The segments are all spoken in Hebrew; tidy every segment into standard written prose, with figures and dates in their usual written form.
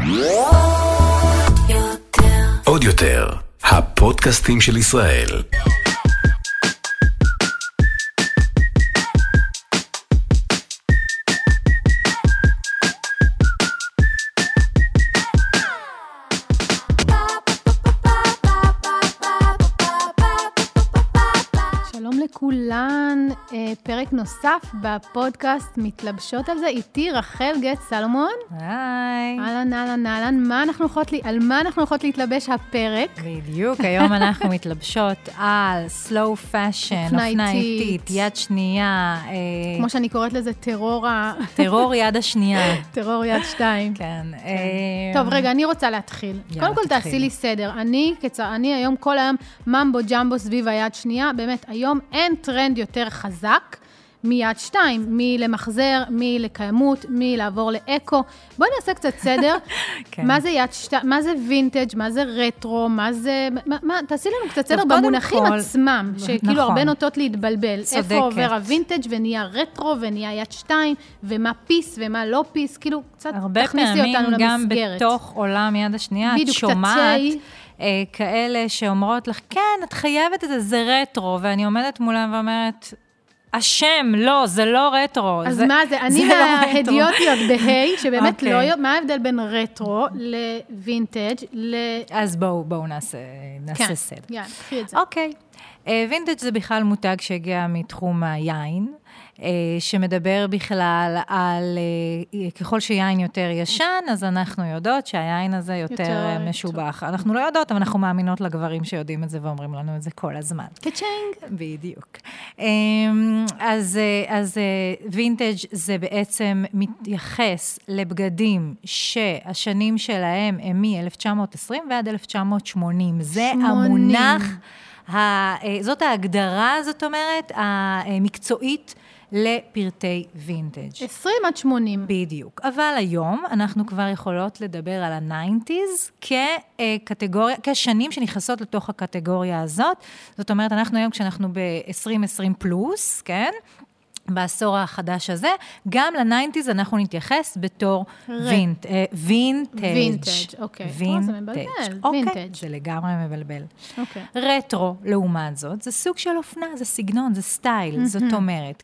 עוד יותר, הפודקאסטים של ישראל. כולן, פרק נוסף בפודקאסט מתלבשות על זה, איתי רחל גט סלומון. היי. אהלן, על מה אנחנו הולכות להתלבש הפרק? בדיוק, היום אנחנו מתלבשות על slow fashion, אופנה איטית, יד שנייה. כמו שאני קוראת לזה טרור יד השנייה. טרור יד שתיים. כן. טוב, רגע, אני רוצה להתחיל. קודם כל תעשי לי סדר. אני היום כל היום ממבו ג'מבו סביב היד שנייה, באמת היום אין טרנד יותר חזק מיד שתיים, מלמחזר, מלקיימות, מלעבור לאקו. בואי נעשה קצת סדר. מה זה יד שתיים, מה זה וינטג', מה זה רטרו, מה זה... תעשי לנו קצת סדר במונחים עצמם, שכאילו הרבה נוטות להתבלבל. איפה עובר הוינטג' ונהיה רטרו ונהיה יד שתיים, ומה פיס ומה לא פיס, כאילו קצת תכניסי אותנו למסגרת. הרבה פעמים גם בתוך עולם יד השנייה, את שומעת כאלה שאומרות לך, כן, את חייבת את זה, זה רטרו, ואני עומדת מולם ואומרת, השם, לא, זה לא רטרו. אז מה זה? אני מההדיוטיות בהיי, שבאמת לא יודעת, מה ההבדל בין רטרו לווינטג' אז בואו נעשה סדר. יאללה, תחי את זה. אוקיי. וינטג' זה בכלל מותג שהגיע מתחום היין, שמדבר בכלל על, ככל שיין יותר ישן, אז אנחנו יודעות שהיין הזה יותר משובח. אנחנו לא יודעות, אבל אנחנו מאמינות לגברים שיודעים את זה ואומרים לנו את זה כל הזמן. קצ'נג. בדיוק. אז וינטג' זה בעצם מתייחס לבגדים שהשנים שלהם הם מ-1920 ועד 1980. זה המונח, זאת ההגדרה, זאת אומרת, המקצועית, לפרטי וינטג'. 20 עד 80. בדיוק. אבל היום אנחנו כבר יכולות לדבר על ה-90s כקטגוריה, כשנים שנכנסות לתוך הקטגוריה הזאת. זאת אומרת, אנחנו היום כשאנחנו ב-2020 פלוס, כן? בעשור החדש הזה, גם ל-90s אנחנו נתייחס בתור וינטג'. וינטג', אוקיי. זה מבלבל. וינטג'. זה לגמרי מבלבל. רטרו, לעומת זאת, זה סוג של אופנה, זה סגנון, זה סטייל. זאת אומרת,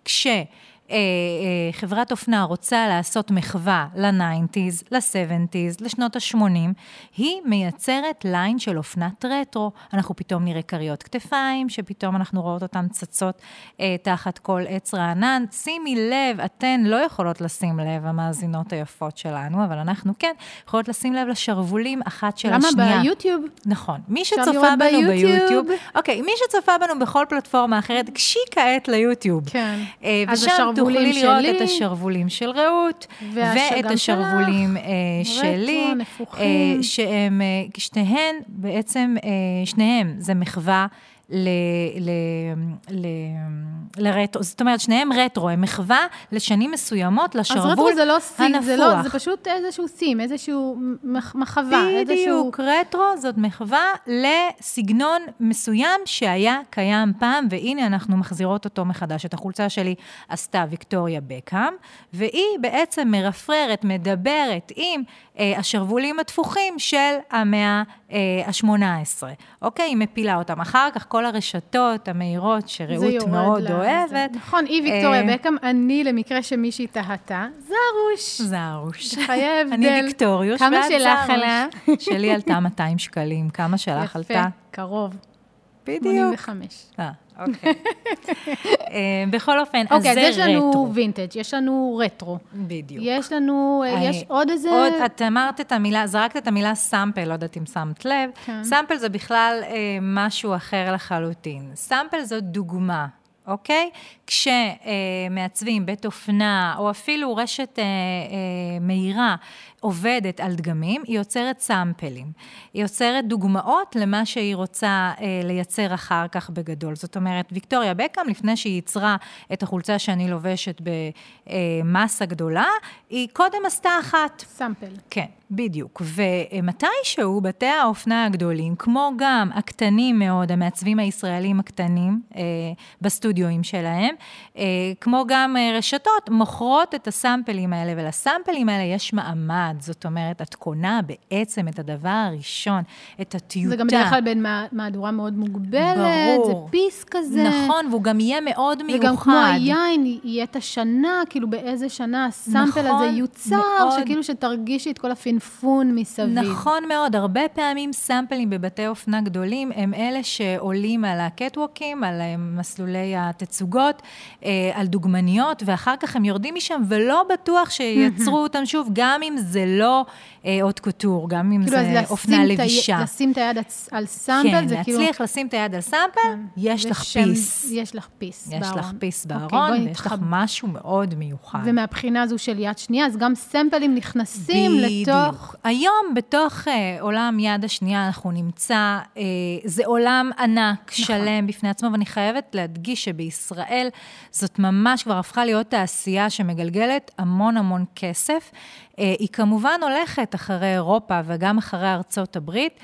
חברת אופנה רוצה לעשות מחווה ל-90s, ל-70s, לשנות ה-80, היא מייצרת ליין של אופנת רטרו. אנחנו פתאום נראה קריות כתפיים, שפתאום אנחנו רואות אותן צצות תחת כל עץ רענן. שימי לב, אתן לא יכולות לשים לב, המאזינות היפות שלנו, אבל אנחנו כן יכולות לשים לב לשרוולים אחת של השנייה. למה ביוטיוב? נכון. מי שצופה בנו ביוטיוב, אוקיי, מי שצופה בנו בכל פלטפורמה אחרת, כשי כעת ליוטיוב. כן. ושם תוכלי לראות את השרוולים של רעות, ואת השרוולים שלי, שהם, שניהם בעצם, שניהם זה מחווה לרטרו, זאת אומרת, שניהם רטרו, הם מחווה לשנים מסוימות, לשרוול הנפוח. אז רטרו זה לא סים, זה פשוט איזשהו סים, איזשהו מחווה. בדיוק, רטרו זאת מחווה לסגנון מסוים שהיה קיים פעם, והנה אנחנו מחזירות אותו מחדש. את החולצה שלי עשתה ויקטוריה בקאם, והיא בעצם מרפררת, מדברת עם השרוולים התפוחים של המאה ה-18. אוקיי, היא מפילה אותם. אחר כך כל הרשתות המהירות שרעות מאוד אוהבת. נכון, היא ויקטוריה בקאם, אני למקרה שמישהי תהתה, זרוש. חיי הבדל. אני ויקטוריוש, כמה שלך עליה? שלי עלתה 200 שקלים, כמה שלך עלתה? יפה, קרוב. בדיוק. 85. אוקיי. בכל אופן, אז זה רטרו. יש לנו וינטג', יש לנו רטרו. בדיוק. יש לנו, יש עוד איזה... את אמרת את המילה, זרקת את המילה סאמפל, לא יודעת אם שמת לב. סאמפל זה בכלל משהו אחר לחלוטין. סאמפל זו דוגמה. אוקיי? כשמעצבים בית אופנה, או אפילו רשת מהירה, עובדת על דגמים, היא יוצרת סאמפלים. היא יוצרת דוגמאות למה שהיא רוצה לייצר אחר כך בגדול. זאת אומרת, ויקטוריה בקאם, לפני שהיא ייצרה את החולצה שאני לובשת במסה גדולה, היא קודם עשתה אחת. סאמפל. כן, בדיוק. ומתישהו בתי האופנה הגדולים, כמו גם הקטנים מאוד, המעצבים הישראלים הקטנים בסטודיואים שלהם, כמו גם רשתות, מוכרות את הסאמפלים האלה, ולסאמפלים האלה יש מעמד. זאת אומרת, את קונה בעצם את הדבר הראשון, את הטיוטה. זה גם בדרך כלל בין מהדורה מאוד מוגבלת, ברור. זה פיס כזה. נכון, והוא גם יהיה מאוד מיוחד. וגם כמו היין, יהיה את השנה, כאילו באיזה שנה הסמפל הזה יוצר, מאוד. שכאילו שתרגישי את כל הפינפון מסביב. נכון מאוד, הרבה פעמים סמפלים בבתי אופנה גדולים, הם אלה שעולים על הקטוואקים, על מסלולי התצוגות, על דוגמניות, ואחר כך הם יורדים משם, ולא בטוח שייצרו אותם שוב, גם אם זה לא עוד קוטור, גם אם זה אופנה לבישה. לשים את היד על סמפל, זה כאילו... כן, להצליח לשים את היד על סמפל, יש לך פיס. יש לך פיס בארון. יש לך פיס בארון, ויש לך משהו מאוד מיוחד. ומהבחינה הזו של יד שנייה, אז גם סמפלים נכנסים לתוך... היום, בתוך עולם יד השנייה, אנחנו נמצא, זה עולם ענק, שלם בפני עצמו, ואני חייבת להדגיש שבישראל, זאת ממש כבר הפכה להיות תעשייה שמגלגלת המון המון כסף. היא כמובן הולכת אחרי אירופה וגם אחרי ארצות הברית,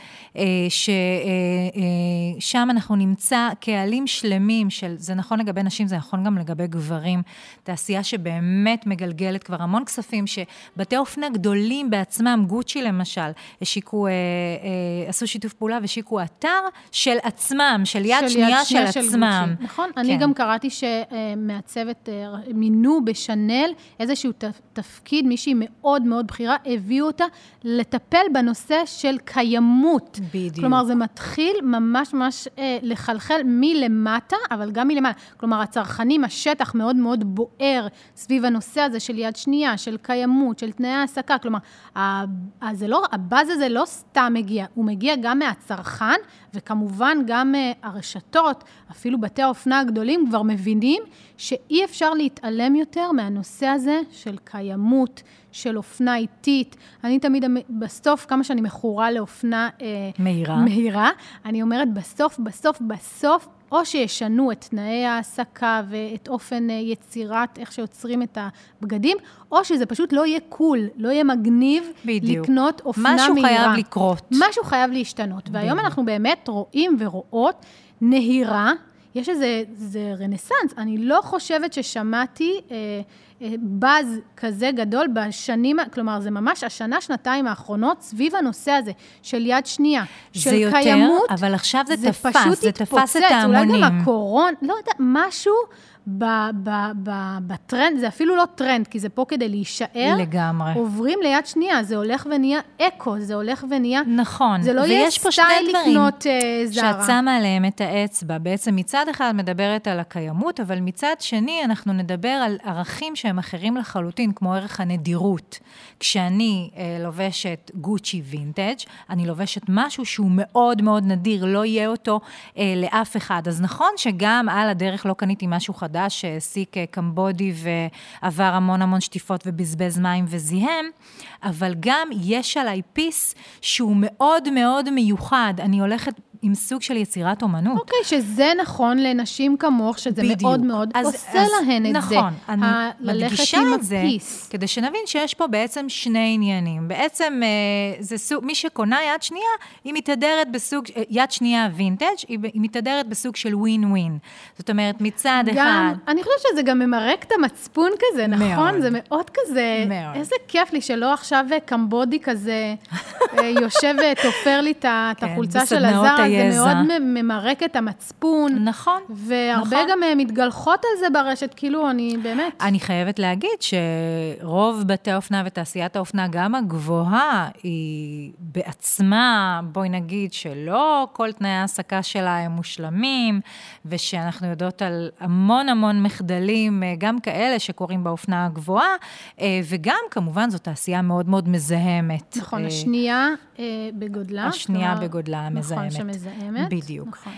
ששם אנחנו נמצא קהלים שלמים זה נכון לגבי נשים, זה נכון גם לגבי גברים, תעשייה שבאמת מגלגלת כבר המון כספים, שבתי אופנה גדולים בעצמם, גוצ'י למשל, עשו שיתוף פעולה ושיקו אתר של עצמם, של יד שנייה של עצמם. נכון, אני גם קראתי שמעצבת מינו בשנל איזשהו תפקיד, מישהי מאוד מאוד בחירה, הביאו אותה לטפל בנושא של קיימות. בדיוק. כלומר, זה מתחיל ממש ממש לחלחל מלמטה, אבל גם מלמעלה. כלומר, הצרכנים, השטח מאוד מאוד בוער סביב הנושא הזה של יד שנייה, של קיימות, של תנאי העסקה. כלומר, הבאז הזה לא סתם מגיע, הוא מגיע גם מהצרכן, וכמובן גם הרשתות, אפילו בתי האופנה הגדולים כבר מבינים שאי אפשר להתעלם יותר מהנושא הזה של קיימות, של אופנה איטית. אני תמיד בסוף, כמה שאני מכורה לאופנה מהירה, אני אומרת בסוף, או שישנו את תנאי העסקה ואת אופן יצירת, איך שיוצרים את הבגדים, או שזה פשוט לא יהיה קול, לא יהיה מגניב לקנות אופנה מהירה. משהו חייב לקרות. משהו חייב להשתנות. והיום אנחנו באמת רואים ורואות נהירה, יש איזה רנסנס. אני לא חושבת ששמעתי באז כזה גדול בשנים, כלומר, זה ממש השנה-שנתיים האחרונות, סביב הנושא הזה, של יד שנייה, של קיימות. זה יותר, אבל עכשיו זה תפס את ההמונים. אולי גם הקורון, לא יודע, משהו בטרנד, זה אפילו לא טרנד, כי זה פה כדי להישאר. לגמרי. עוברים ליד שנייה, זה הולך ונהיה אקו, זה הולך ונהיה... נכון. זה לא יהיה סטייל לקנות זרה. שאת שמה עליהם את האצבע. בעצם מצד אחד מדברת על הקיימות, אבל מצד שני אנחנו נדבר על ערכים שהם אחרים לחלוטין, כמו ערך הנדירות. כשאני לובשת גוצ'י וינטג', אני לובשת משהו שהוא מאוד מאוד נדיר, לא יהיה אותו לאף אחד. אז נכון שגם על הדרך לא קניתי משהו חדש, שהעסיק קמבודי ועבר המון שטיפות ובזבז מים וזיהם, אבל גם יש עליי פיס שהוא מאוד מאוד מיוחד. אני הולכת עם סוג של יצירת אומנות. אוקיי, שזה נכון לנשים כמוך, שזה בדיוק. מאוד מאוד עושה להן את נכון, זה. אני מדגישה את זה, כדי שנבין שיש פה בעצם שני עניינים. בעצם זה סוג, מי שקונה יד שנייה, היא מתהדרת בסוג, יד שנייה וינטג', היא מתהדרת בסוג של ווין-ווין. זאת אומרת, מצד אחד... אני חושבת שזה גם ממרק את המצפון כזה, נכון? זה מאוד כזה, איזה כיף לי שלא עכשיו קמבודי כזה, יושב ותופר לי את החולצה של הזר, זה מאוד ממרק את המצפון. נכון. והרבה גם מתגלחות על זה ברשת, כאילו אני באמת... אני חייבת להגיד שרוב בתי האופנה ותעשיית האופנה, גם הגבוהה, היא בעצמה, בואי נגיד שלא כל תנאי העסקה שלה הם מושלמים, ושאנחנו יודעות על המון מחדלים, גם כאלה שקורים באופנה הגבוהה, וגם כמובן זו תעשייה מאוד מאוד מזהמת. נכון, השנייה בגודלה. השנייה בגודלה מזהמת. נכון, שמזהמת. בדיוק. נכון.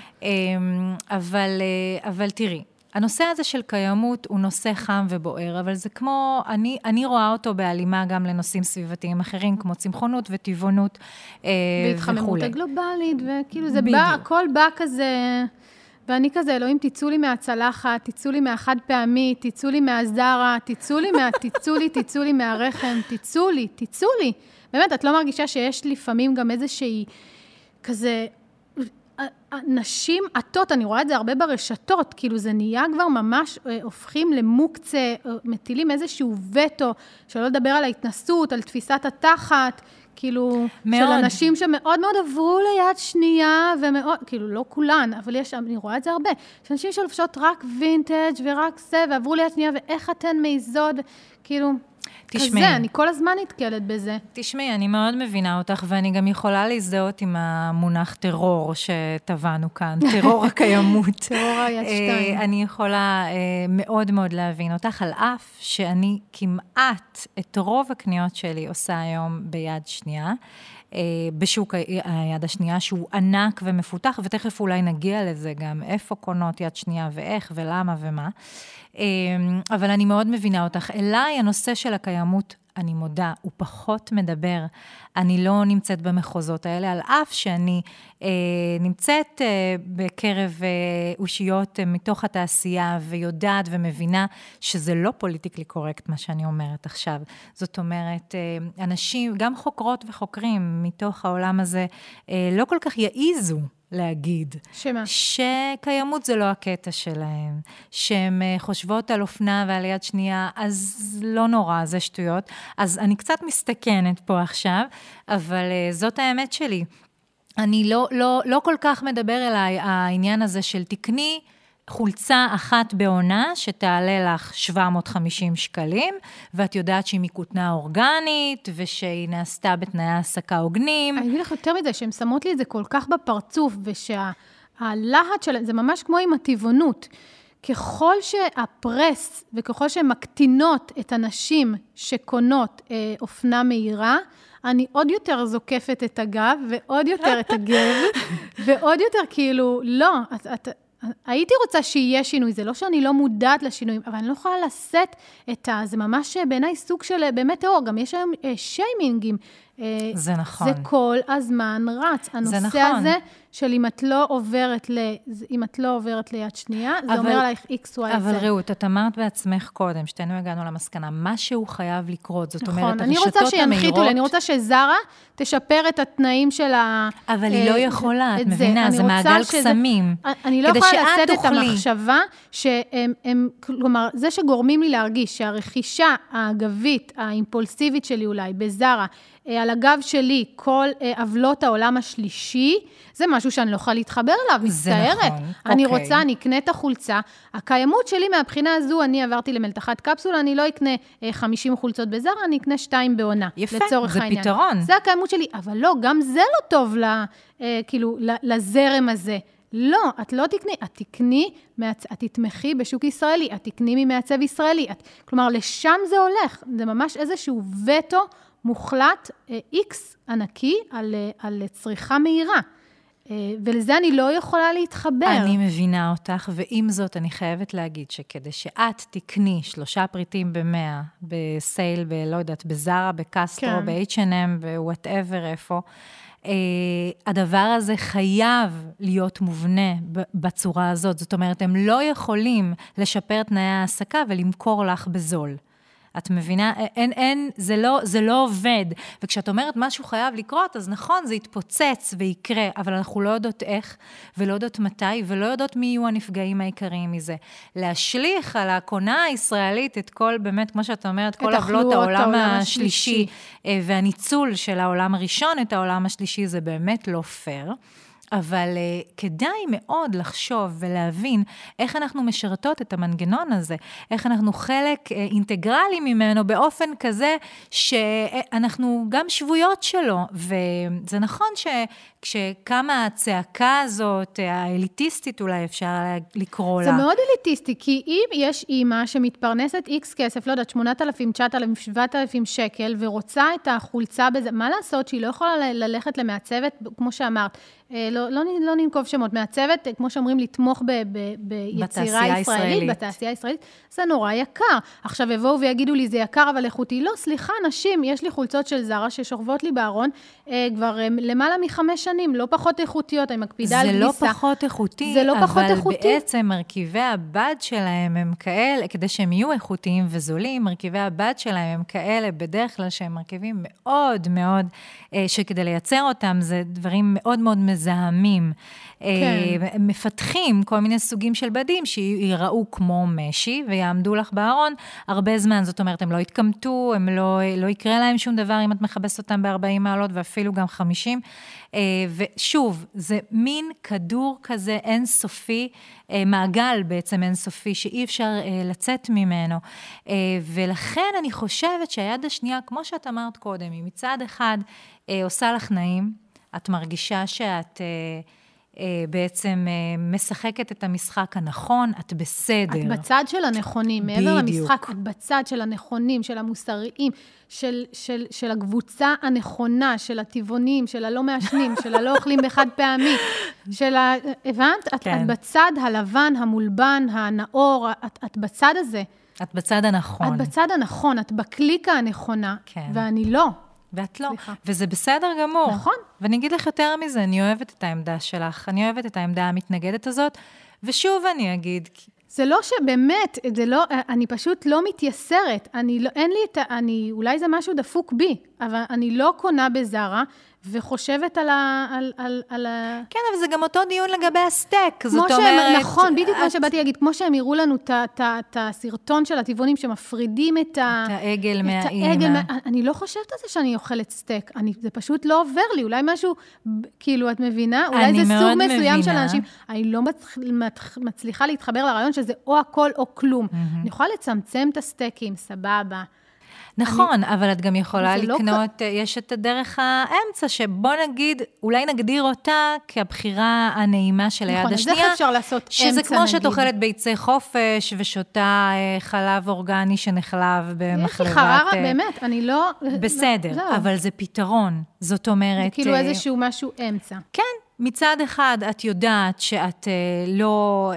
אבל תראי, הנושא הזה של קיימות הוא נושא חם ובוער, אבל זה כמו, אני רואה אותו בהלימה גם לנושאים סביבתיים אחרים, כמו צמחונות וטבעונות וכו'. בהתחממות הגלובלית, וכאילו זה בא, הכל בא כזה... ואני כזה, אלוהים, תיצאו לי מהצלחת, תיצאו לי מהחד פעמי, תיצאו לי מהזרה, תיצאו לי מהרחם, תיצאו לי. באמת, את לא מרגישה שיש לפעמים גם איזושהי כזה, נשים עטות, אני רואה את זה הרבה ברשתות, כאילו זה נהיה כבר ממש, הופכים למוקצה, מטילים איזשהו וטו, שלא לדבר על ההתנסות, על תפיסת התחת, כאילו, מאוד. של אנשים שמאוד מאוד עברו ליד שנייה, ומאוד, כאילו, לא כולן, אבל יש, אני רואה את זה הרבה, שאנשים שלובשות רק וינטג' ורק זה, ועברו ליד שנייה, ואיך אתן מעיזות, כאילו, כזה, אני כל הזמן נתקלת בזה. תשמעי, אני מאוד מבינה אותך, ואני גם יכולה להזדהות עם המונח טרור שטבענו כאן, טרור הקיימות. טרור היד שתיים. אני יכולה מאוד מאוד להבין אותך, על אף שאני כמעט את רוב הקניות שלי עושה היום ביד שנייה, בשוק היד השנייה, שהוא ענק ומפותח, ותכף אולי נגיע לזה גם, איפה קונות יד שנייה ואיך ולמה ומה. אבל אני מאוד מבינה אותך. אליי הנושא של הקיימות, אני מודה, הוא פחות מדבר. אני לא נמצאת במחוזות האלה, על אף שאני נמצאת בקרב אושיות מתוך התעשייה, ויודעת ומבינה שזה לא פוליטיקלי קורקט מה שאני אומרת עכשיו. זאת אומרת, אנשים, גם חוקרות וחוקרים מתוך העולם הזה, לא כל כך יעיזו להגיד. שמה? שקיימות זה לא הקטע שלהם, שהן חושבות על אופנה ועל יד שנייה, אז לא נורא, זה שטויות. אז אני קצת מסתכנת פה עכשיו, אבל זאת האמת שלי. אני לא כל כך מדבר אליי העניין הזה של תקני חולצה אחת בעונה שתעלה לך 750 שקלים, ואת יודעת שהיא מכותנה אורגנית, ושהיא נעשתה בתנאי העסקה הוגנים. אני אגיד לך יותר מזה, שהן שמות לי את זה כל כך בפרצוף, ושהלהט שלהם, זה ממש כמו עם הטבעונות. ככל שהפרס, וככל שהן מקטינות את הנשים שקונות אופנה מהירה, אני עוד יותר זוקפת את הגב, ועוד יותר את הגב, ועוד יותר כאילו, לא, הייתי רוצה שיהיה שינוי, זה לא שאני לא מודעת לשינויים, אבל אני לא יכולה לשאת זה ממש בעיניי סוג של באמת טרור, גם יש היום שיימינגים. זה נכון. זה כל הזמן רץ. הנושא הזה של אם את לא עוברת ליד שנייה, זה אומר עלייך X, Y, Z. אבל רעות, את אמרת בעצמך קודם, שתינו הגענו למסקנה, משהו חייב לקרות, זאת אומרת, אני רוצה שינחיתו לי, אני רוצה שזרה תשפר את התנאים של אבל היא לא יכולה, את מבינה, זה מעגל קסמים. אני לא יכולה לשאת את המחשבה, כלומר, זה שגורמים לי להרגיש שהרכישה האגבית, האימפולסיבית שלי אולי, בזרה, על הגב שלי, כל עוולות העולם השלישי, זה משהו שאני לא יכולה להתחבר אליו, מצטערת. נכון, אני רוצה, אני אקנה את החולצה. הקיימות שלי מהבחינה הזו, אני עברתי למלתחת קפסולה, אני לא אקנה 50 חולצות בזרה, אני אקנה 2 בעונה. יפה, לצורך זה העניין. פתרון. זה הקיימות שלי, אבל לא, גם זה לא טוב כאילו, לזרם הזה. לא, את לא תקני, את תקני, את תתמכי בשוק ישראלי, את תקני ממעצב ישראלי. כלומר, לשם זה הולך. זה ממש איזשהו וטו מוחלט, X ענקי על צריכה מהירה. ולזה אני לא יכולה להתחבר. אני מבינה אותך, ועם זאת אני חייבת להגיד שכדי שאת תקני 3 פריטים ב100, בסייל, לא יודעת, בזרה, בקסטרו, כן. ב-H&M, ב-whatever איפה, הדבר הזה חייב להיות מובנה בצורה הזאת. זאת אומרת, הם לא יכולים לשפר תנאי העסקה ולמכור לך בזול. את מבינה? זה לא עובד. וכשאת אומרת משהו חייב לקרות, אז נכון, זה יתפוצץ ויקרה, אבל אנחנו לא יודעות איך, ולא יודעות מתי, ולא יודעות מי יהיו הנפגעים העיקריים מזה. להשליך על הקונה הישראלית את כל, באמת, כמו שאת אומרת, כל עוולות העולם השלישי, והניצול של העולם הראשון, את העולם השלישי, זה באמת לא פייר. אבל כדאי מאוד לחשוב ולהבין איך אנחנו משרתות את המנגנון הזה, איך אנחנו חלק אינטגרלי ממנו באופן כזה שאנחנו גם שבויות שלו, וזה נכון כשקמה הצעקה הזאת, האליטיסטית אולי אפשר לקרוא לה. זה מאוד אליטיסטי, כי אם יש אימא שמתפרנסת X כסף, לא יודעת, 8,000, 9,000, 7,000 שקל, ורוצה את החולצה בזה, מה לעשות שהיא לא יכולה ללכת למעצבת, כמו שאמרת, לא ננקוב שמות, מעצבת, כמו שאומרים, לתמוך ביצירה ישראלית, בתעשייה הישראלית, זה נורא יקר. עכשיו יבואו ויגידו לי, זה יקר אבל איכותי. לא, סליחה, נשים, יש לי חולצות של זרה ששוכבות לי בארון, כבר למעלה מ5 שנים, לא פחות איכותיות, אני מקפידה על כביסה. זה לא פחות איכותי, זה לא פחות איכותי. אבל בעצם מרכיבי הבד שלהם הם כאלה, כדי שהם יהיו איכותיים וזולים, מרכיבי הבד שלהם הם כאלה, בדרך כלל שהם מרכיבים מאוד מאוד, שכדי לייצר אותם, זה דברים מאוד מאוד מזהמים. פעמים מפתחים כל מיני סוגים של בדים שיראו כמו משי ויעמדו לך בארון הרבה זמן, זאת אומרת, הם לא יתקמטו, הם לא יקרה להם שום דבר אם את מחבסת אותם ב-40 מעלות ואפילו גם 50. ושוב, זה מין כדור כזה אינסופי, מעגל בעצם אינסופי, שאי אפשר לצאת ממנו. ולכן אני חושבת שהיד השנייה, כמו שאת אמרת קודם, היא מצד אחד עושה לך נעים, את מרגישה שאת בעצם משחקת את המשחק הנכון, את בסדר. את בצד של הנכונים, מעבר למשחק, את בצד של הנכונים, של המוסריים, של הקבוצה הנכונה, של הטבעונים, של הלא מעשנים, של הלא אוכלים באחד פעמי, הבנת? את בצד הלבן, המולבן, הנאור, את בצד הזה. את בצד הנכון. את בצד הנכון, את בקליקה הנכונה, ואני לא. ואת לא. וזה בסדר גמור. נכון. ואני אגיד לך יותר מזה, אני אוהבת את העמדה שלך, אני אוהבת את העמדה המתנגדת הזאת, ושוב אני אגיד... זה לא שבאמת, זה לא, אני פשוט לא מתייסרת, אין לי אולי זה משהו דפוק בי, אבל אני לא קונה בזרה, וחושבת על כן, אבל זה גם אותו דיון לגבי הסטייק, זאת אומרת... נכון, בדיוק כמו שבאתי להגיד, כמו שהם יראו לנו את הסרטון של הטבעונים שמפרידים את העגל מהאימא. אני לא חושבת על זה שאני אוכלת סטייק, זה פשוט לא עובר לי, אולי משהו, כאילו, את מבינה? אולי זה סוג מסוים של אנשים. אני לא מצליחה להתחבר לרעיון שזה או הכל או כלום. אני יכולה לצמצם את הסטייקים, סבבה. נכון, אבל את גם יכולה לקנות, יש את הדרך האמצע, שבוא נגיד, אולי נגדיר אותה כבחירה הנעימה של היד השנייה. נכון, אז איך אפשר לעשות אמצע, נגיד? שזה כמו שאת אוכלת ביצי חופש, ושותה חלב אורגני שנחלב במחלבת... יש לי חררה, באמת, אני לא... בסדר, אבל זה פתרון, זאת אומרת... זה כאילו איזשהו משהו אמצע. כן. מצד אחד, את יודעת שאת לא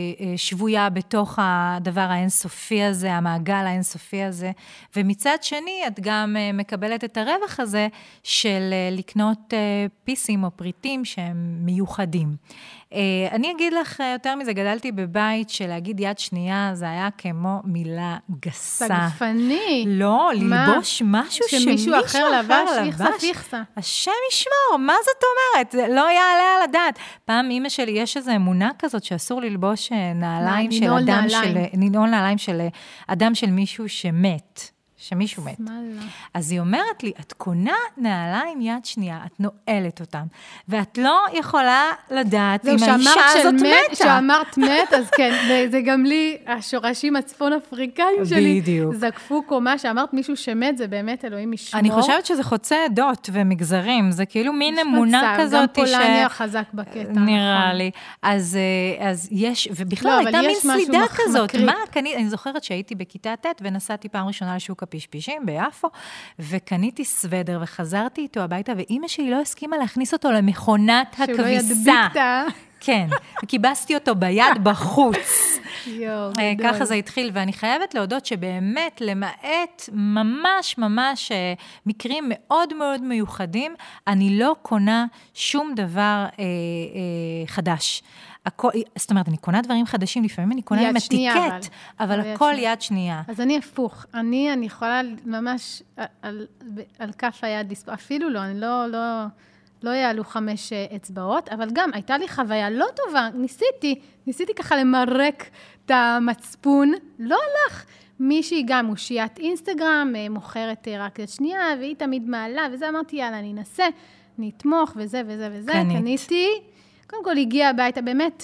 שבויה בתוך הדבר האינסופי הזה, המעגל האינסופי הזה, ומצד שני, את גם מקבלת את הרווח הזה של לקנות פיסים או פריטים שהם מיוחדים. אני אגיד לך יותר מזה, גדלתי בבית שלהגיד יד שנייה, זה היה כמו מילה גסה. סגפני. לא, ללבוש משהו שמישהו אחר לבש. איכסה. השם ישמור, מה זאת אומרת? זה לא יעלה על הדעת. פעם אמא שלי, יש איזו אמונה כזאת שאסור ללבוש נעליים של אדם נעול נעליים של אדם של מישהו שמת. שמישהו מת. אז היא אומרת לי, את קונה נעליים יד שנייה, את נועלת אותם, ואת לא יכולה לדעת אם האישה הזאת מתה. שאמרת מת, אז כן, זה גם לי, השורשים הצפון אפריקאים שלי, בדיוק. זקפו קומה, שאמרת מישהו שמת, זה באמת אלוהים ישמור. אני חושבת שזה חוצה עדות ומגזרים, זה כאילו מין אמונה כזאת. גם פולניה חזק בקטע. נראה לי. אז יש, ובכלל הייתה מין סלידה כזאת. אני זוכרת שהייתי בכיתה ט' ונסעתי פעם ראשונה לשוק פשפישים ביפו, וקניתי סוודר, וחזרתי איתו הביתה, ואימא שלי לא הסכימה להכניס אותו למכונת הכביסה. שהוא לא ידביק. כן, וקיבסתי אותו ביד בחוץ. ככה זה התחיל, ואני חייבת להודות שבאמת, למעט ממש ממש מקרים מאוד מאוד מיוחדים, אני לא קונה שום דבר חדש. זאת אומרת, אני קונה דברים חדשים, לפעמים אני קונה עם אטיקט, אבל הכל יד שנייה. אז אני הפוך, אני יכולה ממש על כף היד, אפילו לא, אני לא יעלו 5 אצבעות, אבל גם הייתה לי חוויה לא טובה, ניסיתי ככה למרק את המצפון, לא הלך. מישהי גם מושיית אינסטגרם, מוכרת רק יד שנייה, והיא תמיד מעלה, וזה אמרתי, יאללה, אני אנסה, אני אתמוך, וזה וזה וזה, קניתי. קודם כל הגיעה הביתה, באמת,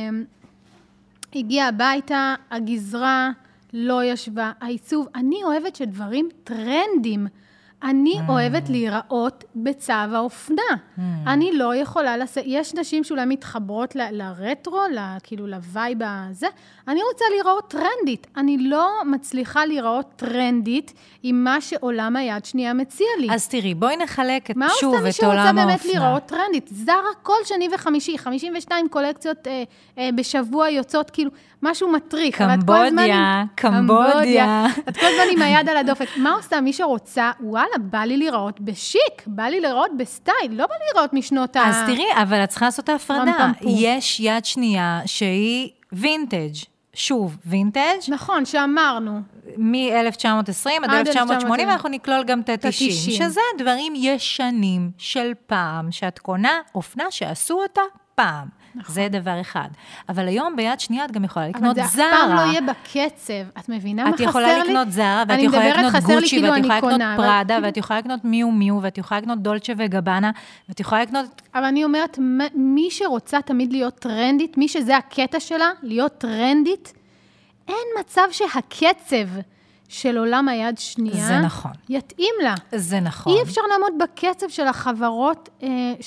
הגיעה הביתה, הגזרה לא ישבה, העיצוב, אני אוהבת שדברים טרנדים, אני אוהבת להיראות בצו האופנה. אני לא יכולה יש נשים שאולי מתחברות לרטרו, כאילו לווייב הזה. אני רוצה להיראות טרנדית. אני לא מצליחה להיראות טרנדית עם מה שעולם היד שנייה מציע לי. אז תראי, בואי נחלק שוב את עולם האופנה. מה עושה מי שרוצה באמת להיראות טרנדית? זרה כל שני וחמישי, 52 קולקציות בשבוע יוצאות, כאילו, משהו מטריק. קמבודיה. את כל הזמן עם היד על הדופק. מה עושה מי שרוצה? וואלה, בא לי לראות בשיק, בא לי לראות בסטייל, לא בא לי לראות משנות אז תראי, אבל את צריכה לעשות ההפרדה. יש יד שנייה שהיא וינטג'. שוב, וינטג'. נכון, שאמרנו. מ-1920 עד 1980, ואנחנו נכלול גם את ה-90, שזה דברים ישנים של פעם, שאת קונה אופנה שעשו אותה פעם. נכון. זה דבר אחד. אבל היום ביד שנייה את גם יכולה לקנות זרה. אבל זה אף פעם לא יהיה בקצב. את מבינה מה חסר לי? את יכולה לקנות זרה, ואת יכולה לקנות גוצ'י, ואת יכולה לקנות פראדה, ואת יכולה לקנות מיו מיו, ואת יכולה לקנות דולצ'ה וגבנה, ואת יכולה לקנות... אבל אני אומרת, מי שרוצה תמיד להיות טרנדית, מי שזה הקטע שלה, להיות טרנדית, אין מצב שהקצב של עולם היד שנייה, זה נכון. יתאים לה. זה נכון. אי אפשר לעמוד בקצב של החברות,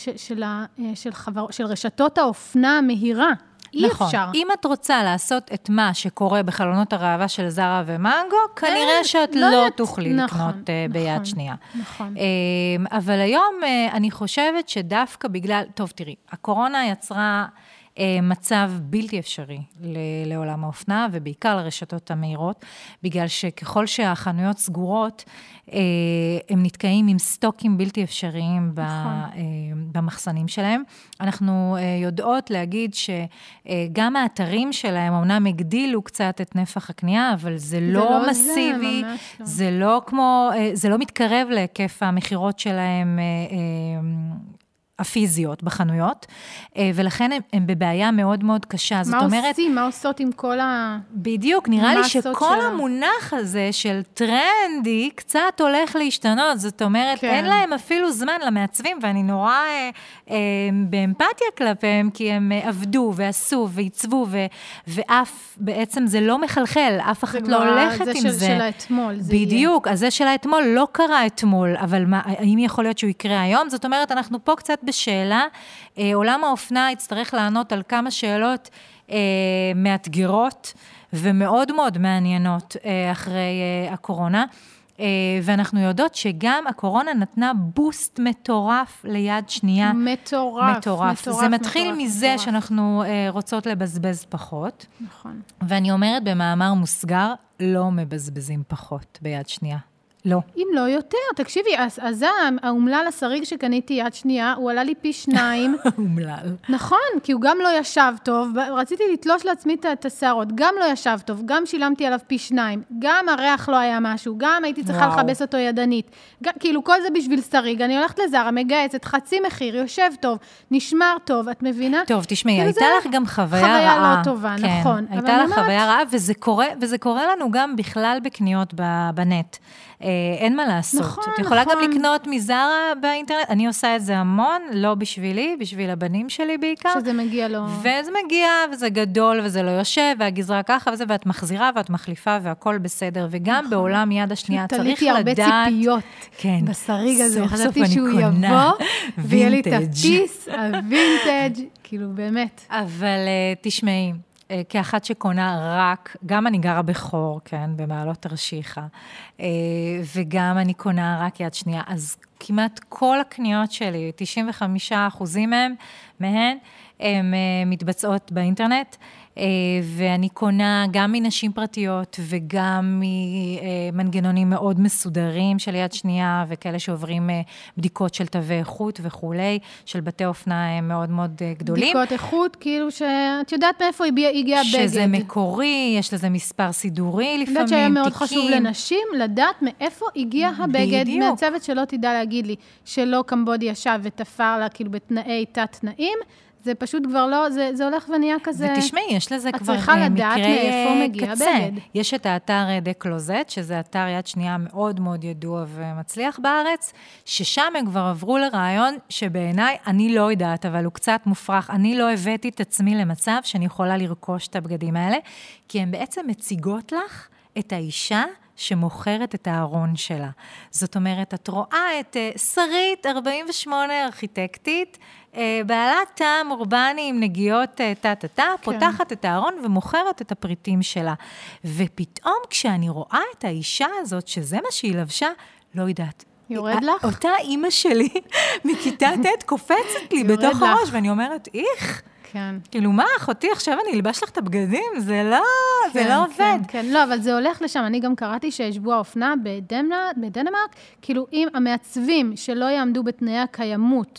של רשתות האופנה המהירה. אי נכון. אפשר. אם את רוצה לעשות את מה שקורה בחלונות הראווה של זרה ומנגו, כנראה שאת לא תוכלי לקנות ביד שנייה. נכון. אבל היום אני חושבת שדווקא בגלל, טוב תראי, הקורונה יצרה מצב בלתי אפשרי לעולם האופנה, ובעיקר לרשתות המהירות, בגלל שככל שהחנויות סגורות, הם נתקעים עם סטוקים בלתי אפשריים במחסנים שלהם. אנחנו יודעות להגיד שגם האתרים שלהם, אמנם הגדילו קצת את נפח הקנייה, אבל זה לא מסיבי, זה לא כמו, זה לא מתקרב להיקף המחירות שלהם הפיזיות בחנויות, ולכן הם בבעיה מאוד מאוד קשה. זאת אומרת... מה עושים? מה עושות עם כל בדיוק, נראה לי שכל המונח הזה של טרנדי קצת הולך להשתנות, זאת אומרת, אין להם אפילו זמן למעצבים, ואני נורא באמפתיה כלפיהם, כי הם עבדו ועשו ועיצבו, ואף בעצם זה לא מחלחל, אף אחת לא הולכת עם זה. זה של האתמול. בדיוק, אז זה של האתמול לא קרה אתמול, אבל האם יכול להיות שהוא יקרה היום? זאת אומרת, אנחנו פה קצת בשאלה, עולם האופנה יצטרך לענות על כמה שאלות מאתגרות ומאוד מאוד מעניינות אחרי הקורונה, ואנחנו יודעות שגם הקורונה נתנה בוסט מטורף ליד שנייה. מטורף. זה מתחיל מזה שאנחנו רוצות לבזבז פחות. נכון. ואני אומרת במאמר מוסגר, לא מבזבזים פחות ביד שנייה. לא. אם לא יותר, תקשיבי, אז האומלל השריג שקניתי יד שנייה, הוא עלה לי פי 2. אומלל. נכון, כי הוא גם לא ישב טוב, רציתי לתלוש לעצמי את השערות, גם לא ישב טוב, גם שילמתי עליו פי 2, גם הריח לא היה משהו, גם הייתי צריכה לחבס אותו ידנית, כאילו כל זה בשביל שריג, אני הולכת לזרה, מגייסת, חצי מחיר, יושב טוב, נשמר טוב, את מבינה? טוב, תשמעי, הייתה לך גם חוויה רעה. חוויה לא טובה, נכון. הייתה לך חוויה רעה, וזה קורה לנו גם בכלל בקניות בנט. אין מה לעשות. נכון, את יכולה גם לקנות מזרה באינטרנט, אני עושה את זה המון, לא בשבילי, בשביל הבנים שלי בעיקר. שזה מגיע לו. וזה מגיע, וזה גדול, וזה לא יושב, והגזרה ככה וזה, ואת מחזירה, ואת מחליפה, והכל בסדר, וגם בעולם יד השנייה צריך לדעת. תליתי הרבה ציפיות בשריג הזה, חשבתי שהוא יבוא, ויהיה לי את הפיס, הווינטג', כאילו באמת. אבל תשמעי, כאחת שקונה רק, גם אני גרה בחור, כן, במעלות תרשיחא, וגם אני קונה רק יד שנייה, אז כמעט כל הקניות שלי, 95% מהן, הן מתבצעות באינטרנט, ואני קונה גם מנשים פרטיות וגם ממנגנונים מאוד מסודרים של יד שנייה, וכאלה שעוברים בדיקות של תווי איכות וכולי, של בתי אופנה מאוד מאוד גדולים. בדיקות איכות, כאילו שאת יודעת מאיפה הגיע הבגד. שזה מקורי, יש לזה מספר סידורי לפעמים, יודעת שהיה מאוד חשוב לנשים לדעת מאיפה הגיע הבגד, מהצוות שלא תדע להגיד לי, שלא קמבודי ישב ותפר לה כאילו בתנאי תת-תנאים, זה פשוט כבר לא, זה הולך ונהיה כזה... ותשמעי, יש לזה כבר מקרי קצה. את צריכה לדעת מאיפה מגיע הבגד. יש את האתר דה קלוזט, שזה אתר יד שנייה מאוד מאוד ידוע ומצליח בארץ, ששם הם כבר עברו לרעיון שבעיניי, אני לא יודעת, אבל הוא קצת מופרך. אני לא הבאתי את עצמי למצב שאני יכולה לרכוש את הבגדים האלה, כי הן בעצם מציגות לך את האישה שמוכרת את הארון שלה. זאת אומרת, את רואה את שרית 48 ארכיטקטית, בעלת טעם אורבני עם נגיעות טה-טה-טה, פותחת את הארון ומוכרת את הפריטים שלה. ופתאום כשאני רואה את האישה הזאת, שזה מה שהיא לבשה, לא יודעת. יורד לך? אותה אימא שלי מכיתה ט' קופצת לי בתוך הראש, ואני אומרת, איך? כן. כאילו, מה, אחותי, עכשיו אני אלבש לך את הבגדים? זה לא עובד. כן, לא, אבל זה הולך לשם. אני גם קראתי שהשבוע האופנה בדנמרק, כאילו, אם המעצבים שלא יעמדו בתנאי הקיימות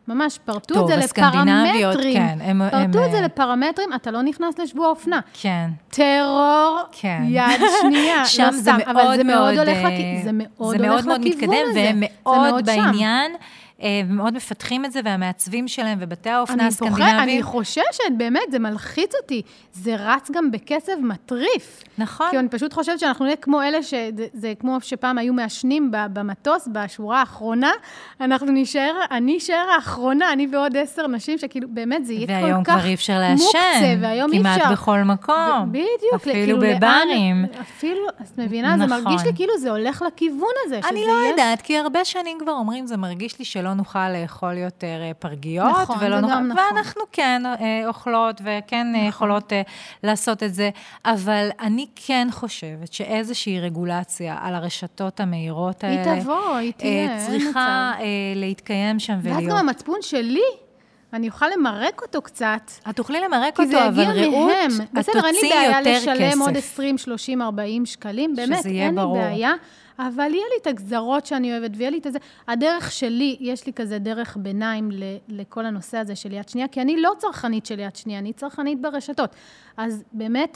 ממש פרטו את זה לפרמטרים. פרטו את זה לפרמטרים, אתה לא נכנס לשבוע אופנה. כן. טרור, יד שנייה. שם זה מאוד מאוד מתקדם, והם מאוד בעניין. ומאוד מפתחים את זה, והמעצבים שלהם, ובתי האופנה הסקנדינביים. אני חוששת, באמת, זה מלחיץ אותי. זה רץ גם בקצב מטריף. נכון. כי אני פשוט חושבת שאנחנו נהיה כמו אלה, זה כמו שפעם היו מעשנים במטוס, בשורה האחרונה, אני אשאר האחרונה, אני ועוד 10 נשים, שכאילו באמת זה יהיה כל כך והיום כבר אי אפשר לעשן, כמעט בכל מקום. בדיוק. אפילו בברים. אפילו, אז מבינה, זה מרגיש לי כאילו זה הולך לכיוון הזה. אני לא יודעת, כי הרבה שנים כבר אומרים, זה מרגיש לי שלא נוכל לאכול יותר פרגיות, נכון, זה גם נכון. ואנחנו כן אוכלות, וכן יכולות לעשות את זה, אבל אני כן חושבת שאיזושהי רגולציה על הרשתות המהירות האלה, היא תבוא, היא תהיה, צריכה להתקיים שם ולהיות. ואז גם המצפון שלי, אני אוכל למרק אותו קצת. את תוכלי למרק אותו, אבל ראות, את תוציא יותר כסף. בסדר, אין לי בעיה לשלם עוד 20, 30, 40 שקלים, באמת, אין לי בעיה. אבל יהיה לי את הגזרות שאני אוהבת, ויהיה לי את זה. הדרך שלי, יש לי כזה דרך ביניים לכל הנושא הזה של יד שנייה, כי אני לא צרכנית של יד שנייה, אני צרכנית ברשתות. אז באמת,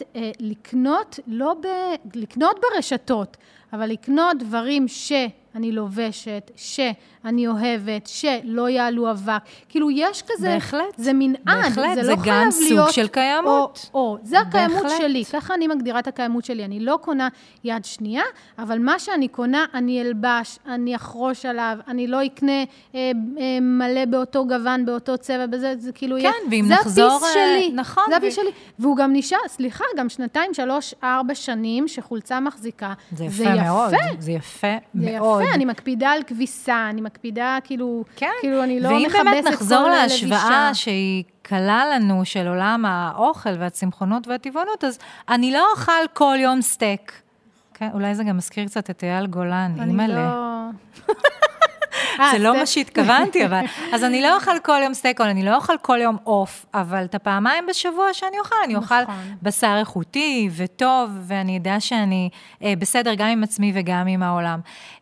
לקנות ברשתות, אבל לקנות דברים שאני לובשת, שאני אוהבת, שלא יעלו אבק. כאילו, יש כזה, בהחלט, זה מנעד, בהחלט, זה לא חייב להיות... זה גם סוג של קיימות. זה הקיימות שלי, ככה אני מגדירה את הקיימות שלי. אני לא קונה יד שנייה, אבל מה שאני קונה, אני אלבש, אני אחרוש עליו, אני לא אקנה מלא באותו גוון, באותו צבע, בזה, זה כאילו... כן, ואם נחזור... זה הפיס שלי. נכון. זה הפיס שלי. והוא גם נשאר, סליחה, גם 2, 3, 4 שנים שחולצה מחזיקה. זה יפה מאוד. זה יפה מאוד. זה יפה, אני מקפידה על כביסה, אני מקפידה, כאילו, אני לא מחפשת כל לבישה. ואם באמת נחזור להשוואה שהיא קלה לנו של עולם האוכל והצמחונות והטבעונות, אז אני לא אוכל כל יום סטייק. אולי זה גם מזכיר קצת את אייל גולן, אימא'לה. אני לא... זה לא מה שהתכוונתי, אבל... אז אני לא אוכל כל יום סטייק, אני לא אוכל כל יום עוף, אבל את הפעמיים בשבוע שאני אוכל, אני אוכל בשר איכותי וטוב, ואני יודע שאני בסדר גם עם עצמי וגם עם העולם.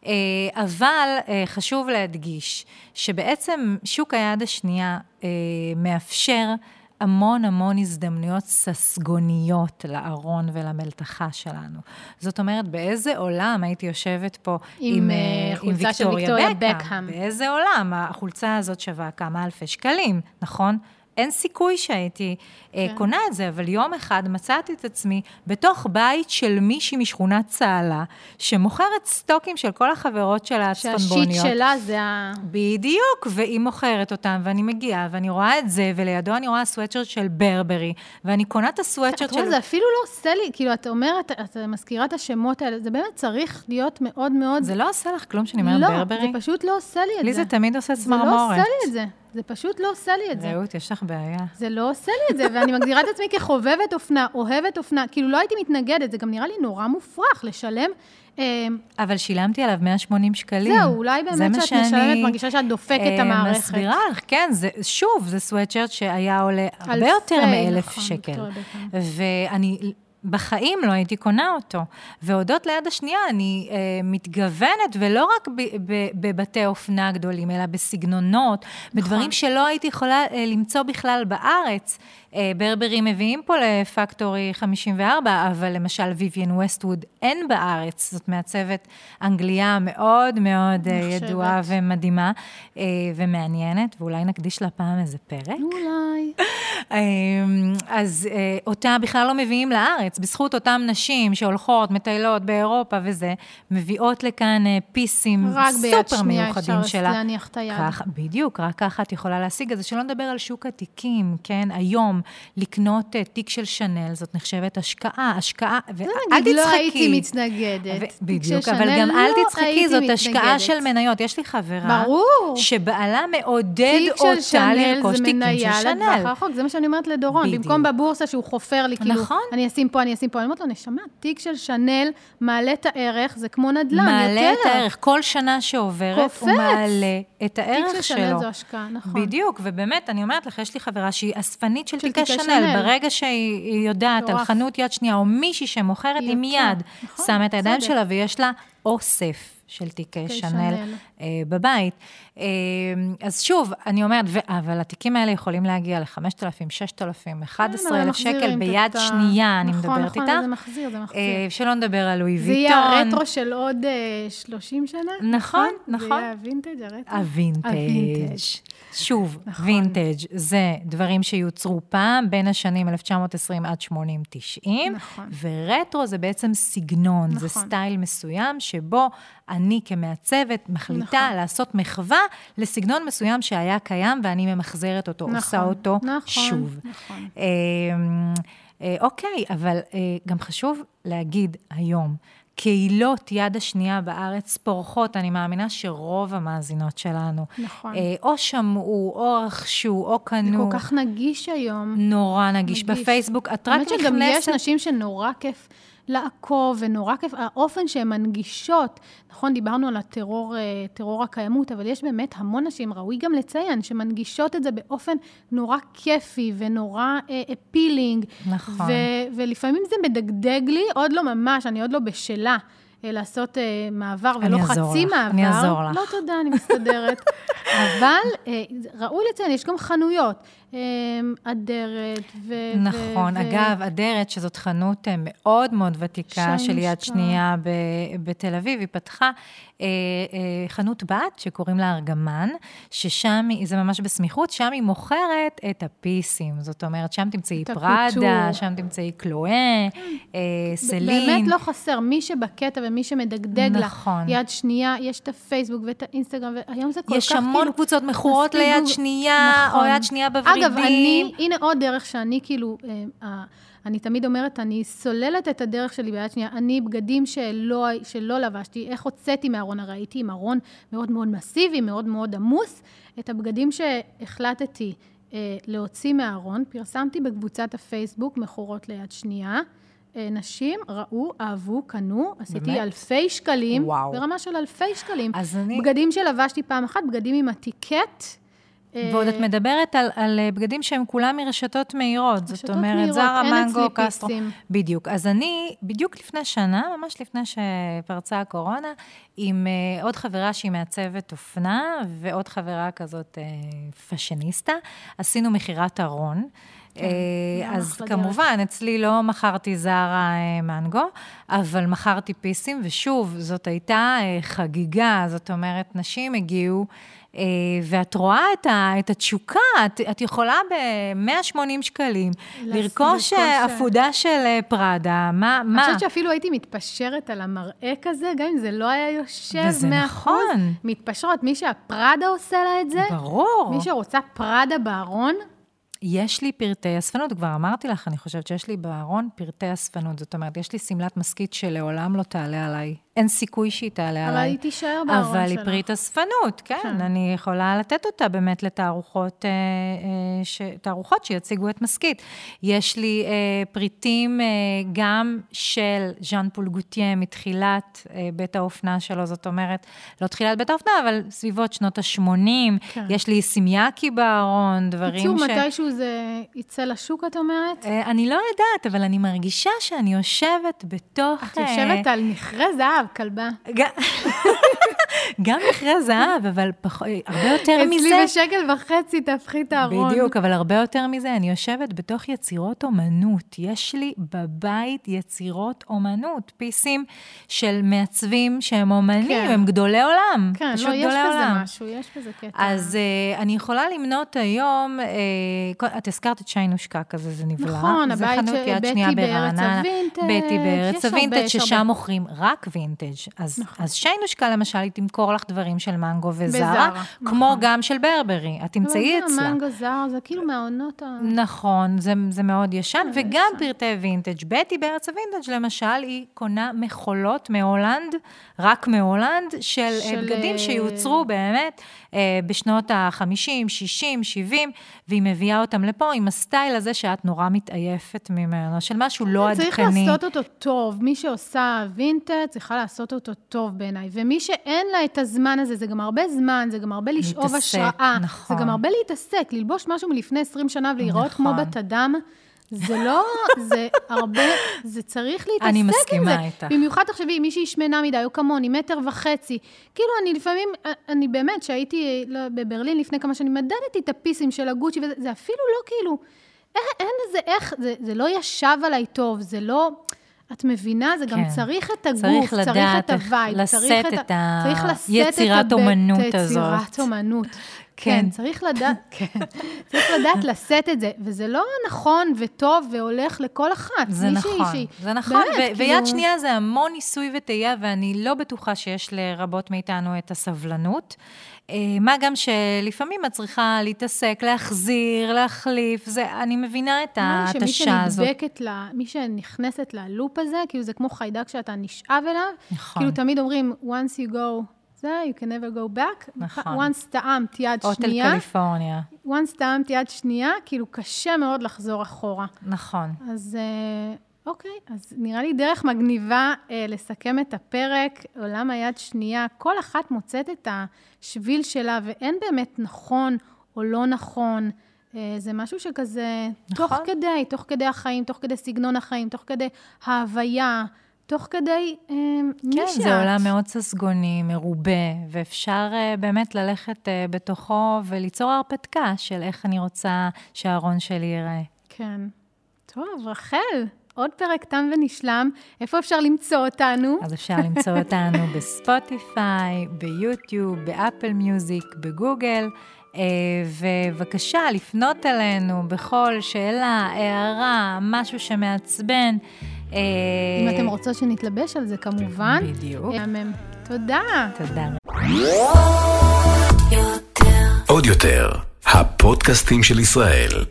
אבל חשוב להדגיש שבעצם שוק היד השנייה מאפשר המון הזדמנויות ססגוניות לארון ולמלתחה שלנו. זאת אומרת, באיזה עולם הייתי יושבת פה עם ויקטוריה בקהאם? באיזה עולם? החולצה הזאת שווה כמה אלפי שקלים, נכון? אין סיכוי שהייתי קונה את זה, אבל יום אחד מצאתי את עצמי בתוך בית של מישהי משכונת צהלה, שמוכרת סטוקים של כל החברות שלה הצפונבוניות. שהשיט שלה זה בדיוק, והיא מוכרת אותם, ואני מגיעה, ואני רואה את זה, ולידו אני רואה סוואטשרט של ברברי, ואני קונה את הסוואטשרט של... זה אפילו לא עושה לי, כאילו, את אומרת, את מזכירה את השמות האלה, זה באמת צריך להיות מאוד מאוד... זה לא עושה לך כלום שאני אומרת ברברי? לא, זה פשוט לא עושה לי את זה. לי זה תמיד עושה צמרמורת. זה לא עושה לי את זה. זה פשוט לא עושה לי את זה. רעות, יש לך בעיה. זה לא עושה לי את זה, ואני מגדירה את עצמי כחובבת אופנה, אוהבת אופנה, כאילו לא הייתי מתנגדת, זה גם נראה לי נורא מופרך לשלם. אבל שילמתי עליו 180 שקלים. זהו, אולי באמת שאת משלמת, מרגישה שאת דופקת את המערכת. מסבירה לך, כן, שוב, זה סוואטשרט שהיה עולה הרבה יותר מ1,000 שקל. ואני... בחיים לא הייתי קונה אותו. והודות ליד השנייה, אני מתגוונת, ולא רק בבתי אופנה גדולים, אלא בסגנונות, בדברים שלא הייתי יכולה למצוא בכלל בארץ. ברברי מביאים פה לפקטורי 54, אבל למשל ויויאן ווסטווד אין בארץ, זאת מעצבת אנגליה מאוד מאוד ידועה ומדהימה, ומעניינת, ואולי נקדיש לה פעם איזה פרק. אולי. אז אותה בכלל לא מביאים לארץ, בזכות אותם נשים שהולכות, מטיילות באירופה וזה, מביאות לכאן פיסים סופר מיוחדים שלה. אפשר להניח את היד. בדיוק, רק ככה את יכולה להשיג את זה, שלא נדבר על שוק עתיקים, כן, היום, לקנות תיק של שנל, זאת נחשבת השקעה, ואל תצחקי. לא הייתי מתנגדת. בדיוק, אבל גם אל תצחקי, זאת השקעה של מניות. יש לי חברה, שבעלה מעודד אותה לרכוש תיקים של שנל. זה מה שאני אומרת לדורון, במקום בבורסה שהוא חופר לי, כאילו, אני אשים פה, אני אומרת לו, נשמע, תיק של שנל מעלה את הערך, זה כמו נדל"ן, יותר. מעלה את הערך, כל שנה שעוברת, הוא מעלה את הערך שלו. תיק של שנל זו השקעה, נכון. בדיוק, ובאמת, אני אומרת לך, יש לי חברה שהיא אספנית של תיקי שנל, ברגע שהיא יודעת על חנות יד שנייה, או מישהי שמוכרת, היא מיד שמה את הידיים שלה, ויש לה אוסף של תיקי שנל בבית. אז שוב, אני אומרת, אבל התיקים האלה יכולים להגיע ל5,000, 6,000, 11,000 שקל ביד שנייה, אני מדברת איתך. זה מחזיר. שלא נדבר על לואי ויטון. זה יהיה הרטרו של עוד 30 שנה? נכון. זה יהיה הווינטג' הרטרו? הווינטג'. שוב, וינטג' זה דברים שיוצרו פעם בין השנים 1920 עד 80-90, ורטרו זה בעצם סגנון, זה סטייל מסוים שבו אני כמעצבת מחליטה לעשות מחווה לסגנון מסוים שהיה קיים, ואני ממחזרת אותו, עושה אותו שוב. אוקיי, אבל גם חשוב להגיד היום, קהילות יד השנייה בארץ פורחות, אני מאמינה שרוב המאזינות שלנו, או שמעו, או רכשו, או קנו. זה כל כך נגיש היום. נורא נגיש. בפייסבוק, את רק נכנסת... שגם יש נשים שנורא כיף לעקוב, ונורא כיף, האופן שהן מנגישות, נכון, דיברנו על טרור הקיימות, אבל יש באמת המון נשים, ראוי גם לציין, שמנגישות את זה באופן נורא כיפי, ונורא אפילינג, נכון. ולפעמים זה מדגדג לי, עוד לא ממש, אני עוד לא בשלה, לעשות מעבר, ולא חצי מעבר. אני אעזור לך. לא, תודה, אני מסתדרת. אבל ראוי לציין, יש גם חנויות, אדרת נכון, אגב, אדרת, שזאת חנות מאוד מאוד ותיקה של יד שנייה בתל אביב, היא פתחה חנות בת שקוראים לה ארגמן, ששם, זה ממש בסמיכות, שם היא מוכרת את הפיסים, זאת אומרת, שם תמצאי פראדה, שם תמצאי קלואה, סלין. באמת לא חסר, מי שבקטע ומי שמדגדג לך, יד שנייה, יש את הפייסבוק ואת האינסטגרם, והיום זה כל כך יש המון קבוצות מכורות ליד שנייה, או יד שנייה בוורידים. אגב, הנה עוד דרך שאני כאילו, אני תמיד אומרת, אני סוללת את הדרך שלי ביד שנייה, אני בגדים שלא לבשתי, איך הוצאתי מהארון, ראיתי עם ארון מאוד מאוד מסיבי, מאוד מאוד עמוס, את הבגדים שהחלטתי להוציא מהארון, פרסמתי בקבוצת הפייסבוק, מכורות ליד שנייה, נשים ראו, אהבו, קנו, עשיתי אלפי שקלים, ברמה של אלפי שקלים, בגדים שלבשתי פעם אחת, בגדים עם הטיקט, ועוד את מדברת על בגדים שהם כולם מרשתות מהירות, זאת אומרת, זרה, מנגו, קסטרו. בדיוק. אז אני, בדיוק לפני שנה, ממש לפני שפרצה הקורונה, עם עוד חברה שהיא מעצבת אופנה, ועוד חברה כזאת פאשיניסטה, עשינו מחירת ארון. אז כמובן, אצלי לא מכרתי זרה מנגו, אבל מכרתי פיסים, ושוב, זאת הייתה חגיגה, זאת אומרת, נשים הגיעו, ואת רואה את התשוקה, את יכולה ב-180 שקלים, לרכוש אפודה של פראדה, מה? אני חושבת שאפילו הייתי מתפשרת על המראה כזה, גם אם זה לא היה יושב 100%. וזה נכון. מתפשרות, מי שהפראדה עושה לה את זה, ברור. מי שרוצה פראדה בארון, יש לי פרטי אספנות, כבר אמרתי לך, אני חושבת שיש לי בארון פרטי אספנות, זאת אומרת, יש לי סמלת מסכית שלעולם לא תעלה עליי, אין סיכוי שהיא תעלה עליי. אבל היא תישאר בארון שלך. אבל היא פריט אספנות, כן, אני יכולה לתת אותה באמת לתערוכות שיציגו את מסכית. יש לי פריטים גם של ז'אן פול גוטייה מתחילת בית האופנה שלו, זאת אומרת, לא תחילת בית האופנה, אבל סביבות שנות ה-80, יש לי סמיאקי בארון, דברים מתישהו זה יצא לשוק, את אומרת? אני לא יודעת, אבל אני מרגישה שאני יושבת בתוך... את יושבת על מכרה זהב, כלבה. גם מכרה זהב, אבל הרבה יותר מזה... אצלי ב1.50 תהפכי את הארון. בדיוק, אבל הרבה יותר מזה, אני יושבת בתוך יצירות אומנות. יש לי בבית יצירות אומנות, פיסים של מעצבים שהם אומנים, הם גדולי עולם. כן, לא, יש בזה משהו, יש בזה קטע. אז אני יכולה למנות היום... את הזכרת את שיינושקה כזה, זה נבלע. נכון, הבית של בטי בארץ הווינטג'. בטי בארץ הווינטג', ששם מוכרים רק וינטג'. אז שיינושקה למשל, היא תמכור לך דברים של מנגו וזרה, כמו גם של ברברי. את תמצאי אצלה. מנגו זרה, זה כאילו מהעונות ה... נכון, זה מאוד ישן, וגם פרטי וינטג'. בטי בארץ הווינטג', למשל, היא קונה מחולות מהולנד, רק מהולנד, של בגדים שיוצרו באמת בשנות ה-50, 60, 70, והיא מביאה אותם לפה עם הסטייל הזה שאת נורא מתעייפת ממנו, של משהו לא עדכני. צריך לעשות אותו טוב. מי שעושה וינטג' צריכה לעשות אותו טוב בעיניי. ומי שאין לה את הזמן הזה, זה גם הרבה זמן, זה גם הרבה לשאוב השראה. נכון. זה גם הרבה להתעסק, ללבוש משהו מלפני 20 שנה ולראות כמו בת אדם. זה לא, זה הרבה, זה צריך להתעסק עם זה. אני מסכימה איתך. במיוחד תחשבי, מישהי שמנה מדי, או כמוני, 1.5 מטר, כאילו אני לפעמים, אני באמת, שהייתי בברלין לפני כמה שנים, מדדתי את הפיסים של הגוצ'י, וזה אפילו לא כאילו, אין לזה איך, זה לא ישב עליי טוב, זה לא... את מבינה? זה גם צריך את הגוף, צריך את הווייב, לשאת את היצירת אומנות הזאת. יצירת אומנות. כן, צריך לדעת, צריך לדעת לשאת את זה, וזה לא נכון וטוב והולך לכל אחת. זה נכון, זה נכון, ויד שנייה זה המון ניסוי וטעייה, ואני לא בטוחה שיש לרבות מאיתנו את הסבלנות, מה גם שלפעמים את צריכה להתעסק, להחזיר, להחליף, אני מבינה את התשה הזאת. מי שנכנסת ללופ הזה, כאילו זה כמו חיידק שאתה נשאב אליו, כאילו תמיד אומרים, once you go, you can never go back, נכון. once טעמת יד שנייה, קליפורניה. once טעמת יד שנייה, כאילו קשה מאוד לחזור אחורה. נכון. אז אוקיי, אז נראה לי דרך מגניבה לסכם את הפרק, עולם היד שנייה, כל אחת מוצאת את השביל שלה, ואין באמת נכון או לא נכון, זה משהו שכזה, נכון. תוך כדי החיים, תוך כדי סגנון החיים, תוך כדי ההוויה, תוך כדי מי שאת. זה עולם מאוד ססגוני, מרובה, ואפשר באמת ללכת בתוכו וליצור הרפתקה של איך אני רוצה שהארון שלי ייראה. כן. טוב, רחל, עוד פרק תם ונשלם. איפה אפשר למצוא אותנו? אז אפשר למצוא אותנו בספוטיפיי, ביוטיוב, באפל מיוזיק, בגוגל, ובבקשה לפנות אלינו בכל שאלה, הערה, משהו שמעצבן. אם אתם רוצות שנתלבש על זה, כמובן. בדיוק. תודה. תודה. עוד יותר, הפודקאסטים של ישראל.